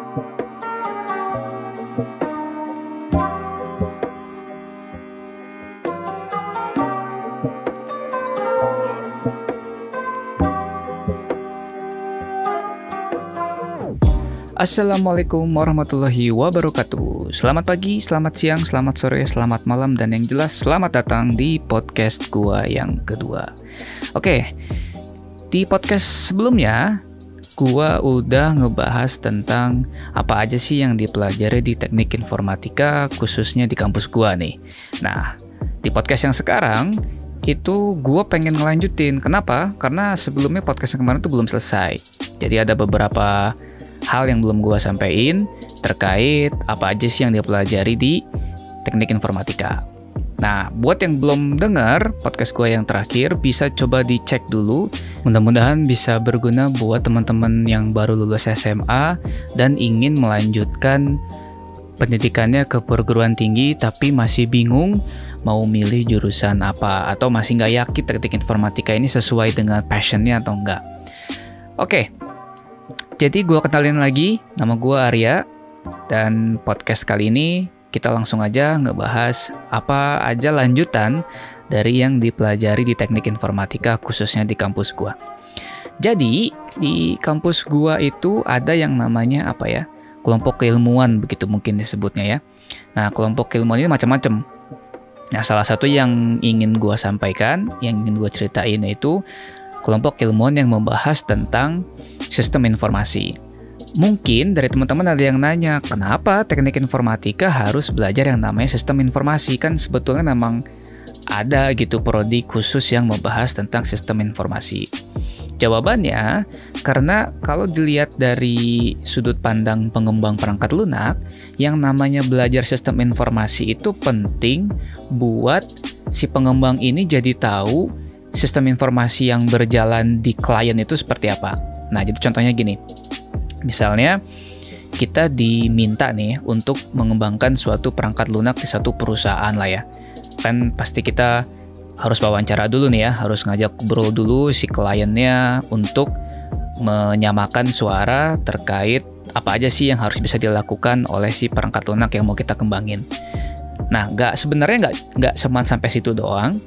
Assalamualaikum warahmatullahi wabarakatuh. Selamat pagi, selamat siang, selamat sore, selamat malam, dan yang jelas selamat datang di podcast gua yang kedua. Oke, di podcast sebelumnya gua udah ngebahas tentang apa aja sih yang dipelajari di teknik informatika khususnya di kampus gua nih. Nah, di podcast yang sekarang itu gue pengen ngelanjutin. Kenapa? Karena sebelumnya podcast yang kemarin tuh belum selesai. Jadi ada beberapa hal yang belum gue sampein terkait apa aja sih yang dia pelajari di teknik informatika. Nah, buat yang belum dengar podcast gue yang terakhir, bisa coba dicek dulu. Mudah-mudahan bisa berguna buat teman-teman yang baru lulus SMA dan ingin melanjutkan pendidikannya ke perguruan tinggi tapi masih bingung mau milih jurusan apa, atau masih nggak yakin teknik informatika ini sesuai dengan passionnya atau enggak. Oke. Jadi gue kenalin lagi, nama gue Arya, dan podcast kali ini kita langsung aja ngebahas apa aja lanjutan dari yang dipelajari di teknik informatika khususnya di kampus gue. Jadi di kampus gue itu ada yang namanya kelompok keilmuan, begitu mungkin disebutnya ya. Nah, kelompok keilmuan ini macam-macam. Nah, salah satu yang ingin gue sampaikan, yang ingin gue ceritain yaitu kelompok keilmuan yang membahas tentang sistem informasi. Mungkin dari teman-teman ada yang nanya, kenapa teknik informatika harus belajar yang namanya sistem informasi? Kan sebetulnya memang ada gitu prodi khusus yang membahas tentang sistem informasi. Jawabannya, karena kalau dilihat dari sudut pandang pengembang perangkat lunak, yang namanya belajar sistem informasi itu penting buat si pengembang ini jadi tahu sistem informasi yang berjalan di klien itu seperti apa. Nah, jadi contohnya gini. Misalnya, kita diminta nih untuk mengembangkan suatu perangkat lunak di satu perusahaan lah ya. Kan pasti kita harus wawancara dulu nih ya, harus ngajak ngobrol dulu si kliennya untuk menyamakan suara terkait apa aja sih yang harus bisa dilakukan oleh si perangkat lunak yang mau kita kembangin. Nah, sebenarnya nggak sampai situ doang,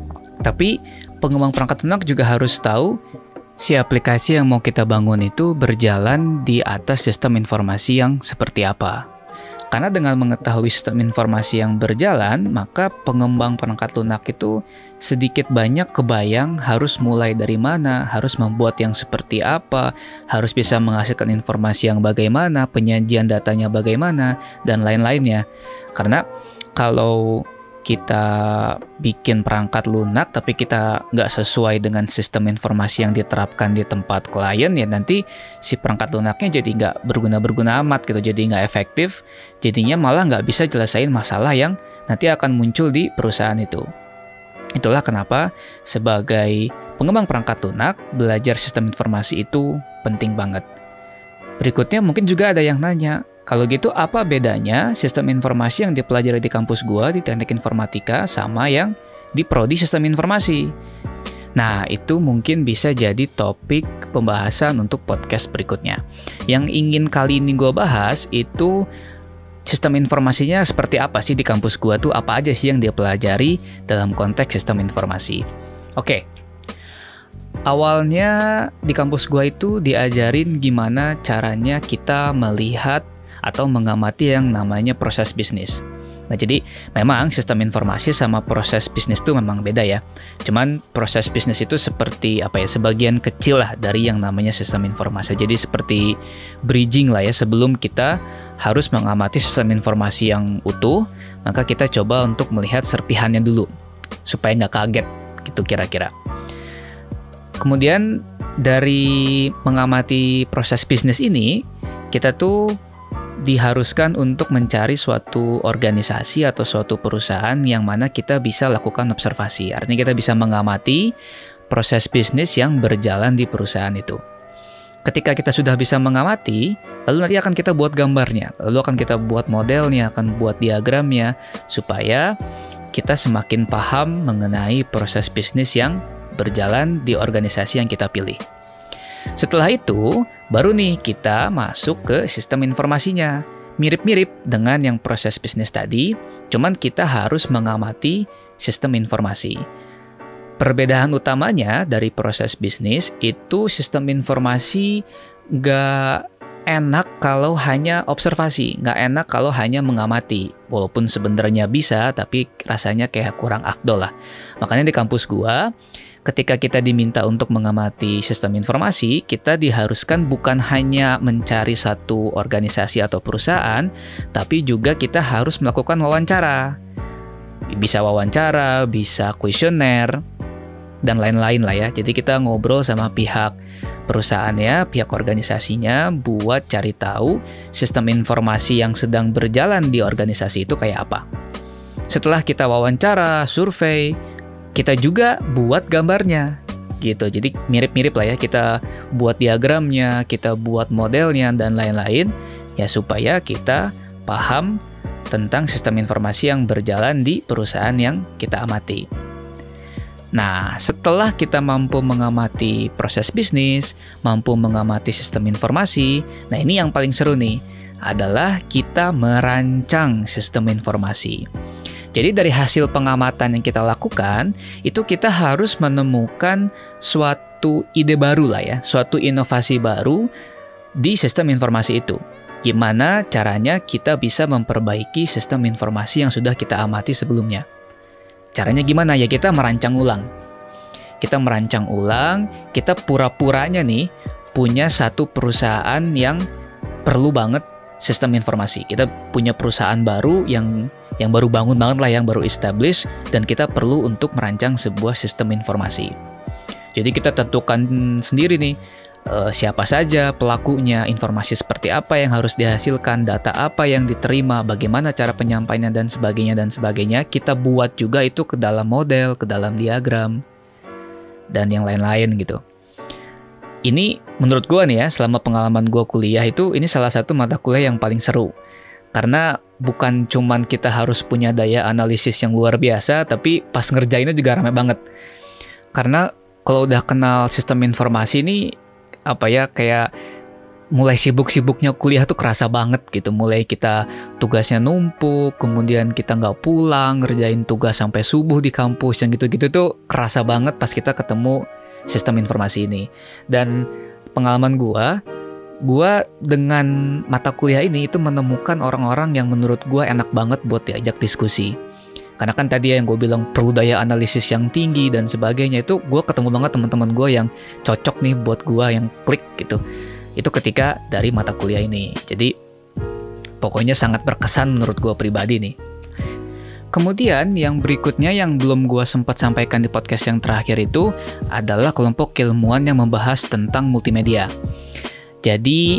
tapi pengembang perangkat lunak juga harus tahu si aplikasi yang mau kita bangun itu berjalan di atas sistem informasi yang seperti apa. Karena dengan mengetahui sistem informasi yang berjalan, maka pengembang perangkat lunak itu sedikit banyak kebayang harus mulai dari mana, harus membuat yang seperti apa, harus bisa menghasilkan informasi yang bagaimana, penyajian datanya bagaimana, dan lain-lainnya. Karena kalau kita bikin perangkat lunak tapi kita nggak sesuai dengan sistem informasi yang diterapkan di tempat klien, ya nanti si perangkat lunaknya jadi nggak berguna amat gitu, jadi nggak efektif, jadinya malah nggak bisa jelasain masalah yang nanti akan muncul di perusahaan itu. Itulah kenapa sebagai pengembang perangkat lunak, belajar sistem informasi itu penting banget. Berikutnya mungkin juga ada yang nanya, kalau gitu apa bedanya sistem informasi yang dipelajari di kampus gua di teknik informatika sama yang di prodi sistem informasi? Nah, itu mungkin bisa jadi topik pembahasan untuk podcast berikutnya. Yang ingin kali ini gua bahas itu sistem informasinya seperti apa sih di kampus gua tuh, apa aja sih yang dia pelajari dalam konteks sistem informasi. Oke. Awalnya di kampus gua itu diajarin gimana caranya kita melihat atau mengamati yang namanya proses bisnis. Nah, jadi memang sistem informasi sama proses bisnis itu memang beda ya. Cuman proses bisnis itu seperti sebagian kecil lah dari yang namanya sistem informasi. Jadi seperti bridging lah ya, sebelum kita harus mengamati sistem informasi yang utuh, maka kita coba untuk melihat serpihannya dulu supaya nggak kaget gitu kira-kira. Kemudian dari mengamati proses bisnis ini, kita tuh diharuskan untuk mencari suatu organisasi atau suatu perusahaan yang mana kita bisa lakukan observasi. Artinya kita bisa mengamati proses bisnis yang berjalan di perusahaan itu. Ketika kita sudah bisa mengamati, lalu nanti akan kita buat gambarnya, lalu akan kita buat modelnya, akan buat diagramnya, supaya kita semakin paham mengenai proses bisnis yang berjalan di organisasi yang kita pilih. Setelah itu, baru nih kita masuk ke sistem informasinya. Mirip-mirip dengan yang proses bisnis tadi, cuman kita harus mengamati sistem informasi. Perbedaan utamanya dari proses bisnis itu sistem informasi nggak enak kalau hanya observasi, nggak enak kalau hanya mengamati. Walaupun sebenarnya bisa, tapi rasanya kayak kurang afdol lah. Makanya di kampus gua, ketika kita diminta untuk mengamati sistem informasi, kita diharuskan bukan hanya mencari satu organisasi atau perusahaan, tapi juga kita harus melakukan wawancara. Bisa wawancara, bisa kuesioner, dan lain-lain lah ya. Jadi kita ngobrol sama pihak perusahaannya, pihak organisasinya buat cari tahu sistem informasi yang sedang berjalan di organisasi itu kayak apa. Setelah kita wawancara, survei, kita juga buat gambarnya gitu. Jadi mirip-mirip lah ya, kita buat diagramnya, kita buat modelnya dan lain-lain ya supaya kita paham tentang sistem informasi yang berjalan di perusahaan yang kita amati. Nah, setelah kita mampu mengamati proses bisnis, mampu mengamati sistem informasi, nah ini yang paling seru nih, adalah kita merancang sistem informasi. Jadi dari hasil pengamatan yang kita lakukan, itu kita harus menemukan suatu ide baru lah ya, suatu inovasi baru di sistem informasi itu. Gimana caranya kita bisa memperbaiki sistem informasi yang sudah kita amati sebelumnya. Caranya gimana? Ya kita merancang ulang. Kita merancang ulang, kita pura-puranya nih punya satu perusahaan yang perlu banget sistem informasi. Kita punya perusahaan baru yang baru bangun banget lah, yang baru establish, dan kita perlu untuk merancang sebuah sistem informasi. Jadi kita tentukan sendiri nih, siapa saja pelakunya, informasi seperti apa yang harus dihasilkan, data apa yang diterima, bagaimana cara penyampaiannya, dan sebagainya. Kita buat juga itu ke dalam model, ke dalam diagram, dan yang lain-lain gitu. Ini menurut gue nih ya, selama pengalaman gue kuliah itu, ini salah satu mata kuliah yang paling seru. Karena bukan cuman kita harus punya daya analisis yang luar biasa, tapi pas ngerjainnya juga rame banget. Karena kalau udah kenal sistem informasi ini, kayak mulai sibuk-sibuknya kuliah tuh kerasa banget gitu. Mulai kita tugasnya numpuk, kemudian kita nggak pulang, ngerjain tugas sampai subuh di kampus, yang gitu-gitu tuh kerasa banget pas kita ketemu sistem informasi ini. Dan pengalaman gua dengan mata kuliah ini itu menemukan orang-orang yang menurut gue enak banget buat diajak diskusi. Karena kan tadi yang gue bilang perlu daya analisis yang tinggi dan sebagainya, itu gue ketemu banget teman-teman gue yang cocok nih buat gue, yang klik gitu. Itu ketika dari mata kuliah ini. Jadi pokoknya sangat berkesan menurut gue pribadi nih. Kemudian yang berikutnya yang belum gue sempat sampaikan di podcast yang terakhir itu adalah kelompok keilmuan yang membahas tentang multimedia. Jadi,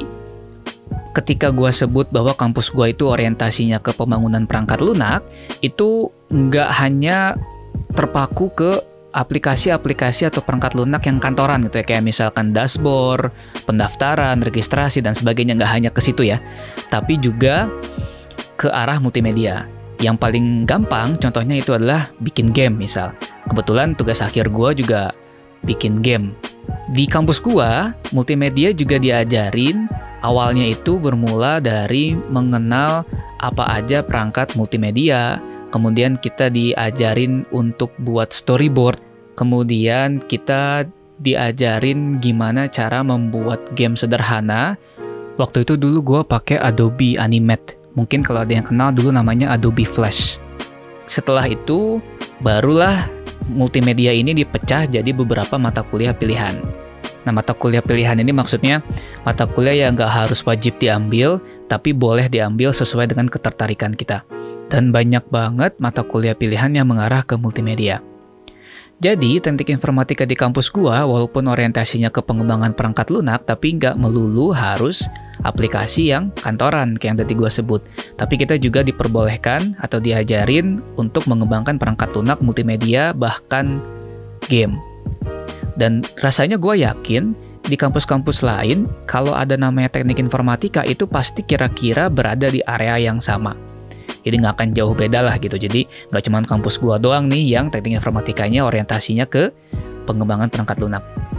ketika gue sebut bahwa kampus gue itu orientasinya ke pembangunan perangkat lunak, itu nggak hanya terpaku ke aplikasi-aplikasi atau perangkat lunak yang kantoran gitu ya, kayak misalkan dashboard, pendaftaran, registrasi, dan sebagainya, nggak hanya ke situ ya, tapi juga ke arah multimedia. Yang paling gampang contohnya itu adalah bikin game misal. Kebetulan tugas akhir gue juga bikin game. Di kampus gua, multimedia juga diajarin. Awalnya itu bermula dari mengenal apa aja perangkat multimedia. Kemudian kita diajarin untuk buat storyboard. Kemudian kita diajarin gimana cara membuat game sederhana. Waktu itu dulu gua pakai Adobe Animate. Mungkin kalau ada yang kenal dulu namanya Adobe Flash. Setelah itu, barulah multimedia ini dipecah jadi beberapa mata kuliah pilihan. Nah, mata kuliah pilihan ini maksudnya mata kuliah yang nggak harus wajib diambil, tapi boleh diambil sesuai dengan ketertarikan kita. Dan banyak banget mata kuliah pilihan yang mengarah ke multimedia. Jadi, teknik informatika di kampus gua, walaupun orientasinya ke pengembangan perangkat lunak, tapi nggak melulu harus aplikasi yang kantoran, kayak yang tadi gua sebut. Tapi kita juga diperbolehkan atau diajarin untuk mengembangkan perangkat lunak, multimedia, bahkan game. Dan rasanya gua yakin, di kampus-kampus lain, kalau ada namanya teknik informatika, itu pasti kira-kira berada di area yang sama. Jadi nggak akan jauh beda lah gitu. Jadi nggak cuma kampus gua doang nih yang teknik informatikanya orientasinya ke pengembangan perangkat lunak.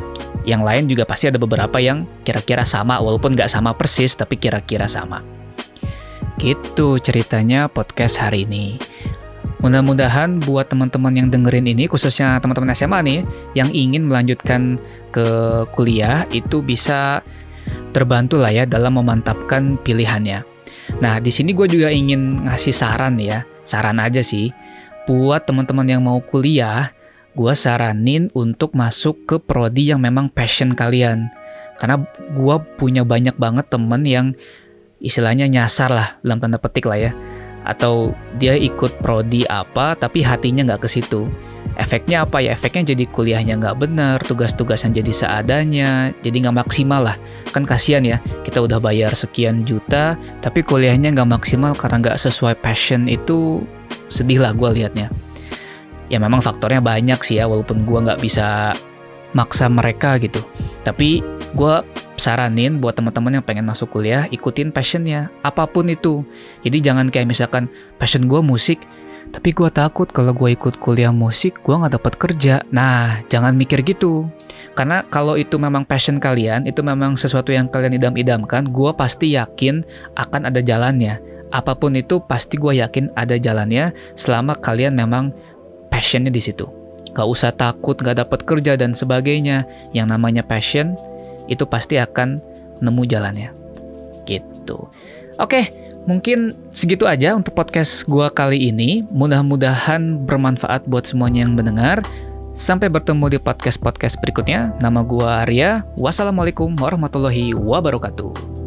Yang lain juga pasti ada beberapa yang kira-kira sama, walaupun nggak sama persis, tapi kira-kira sama. Gitu ceritanya podcast hari ini. Mudah-mudahan buat teman-teman yang dengerin ini, khususnya teman-teman SMA nih, yang ingin melanjutkan ke kuliah, itu bisa terbantu lah ya dalam memantapkan pilihannya. Nah, di sini gue juga ingin ngasih saran ya, saran aja sih. Buat teman-teman yang mau kuliah, gue saranin untuk masuk ke prodi yang memang passion kalian. Karena gue punya banyak banget temen yang istilahnya nyasar lah, dalam tanda petik lah ya. Atau dia ikut prodi apa, tapi hatinya nggak ke situ. Efeknya apa ya? Efeknya jadi kuliahnya nggak benar, tugas-tugasnya jadi seadanya, jadi nggak maksimal lah. Kan kasihan ya, kita udah bayar sekian juta, tapi kuliahnya nggak maksimal karena nggak sesuai passion, itu sedih lah gue liatnya. Ya memang faktornya banyak sih ya, walaupun gue nggak bisa maksa mereka gitu. Tapi gue saranin buat teman-teman yang pengen masuk kuliah, ikutin passionnya, apapun itu. Jadi jangan kayak misalkan passion gue musik, tapi gue takut kalau gue ikut kuliah musik, gue nggak dapat kerja. Nah, jangan mikir gitu. Karena kalau itu memang passion kalian, itu memang sesuatu yang kalian idam-idamkan, gue pasti yakin akan ada jalannya. Apapun itu, pasti gue yakin ada jalannya selama kalian memang passionnya di situ. Gak usah takut gak dapat kerja dan sebagainya. Yang namanya passion, itu pasti akan nemu jalannya. Gitu. Oke. Mungkin segitu aja untuk podcast gue kali ini. Mudah-mudahan bermanfaat buat semuanya yang mendengar. Sampai bertemu di podcast-podcast berikutnya. Nama gue Arya. Wassalamualaikum warahmatullahi wabarakatuh.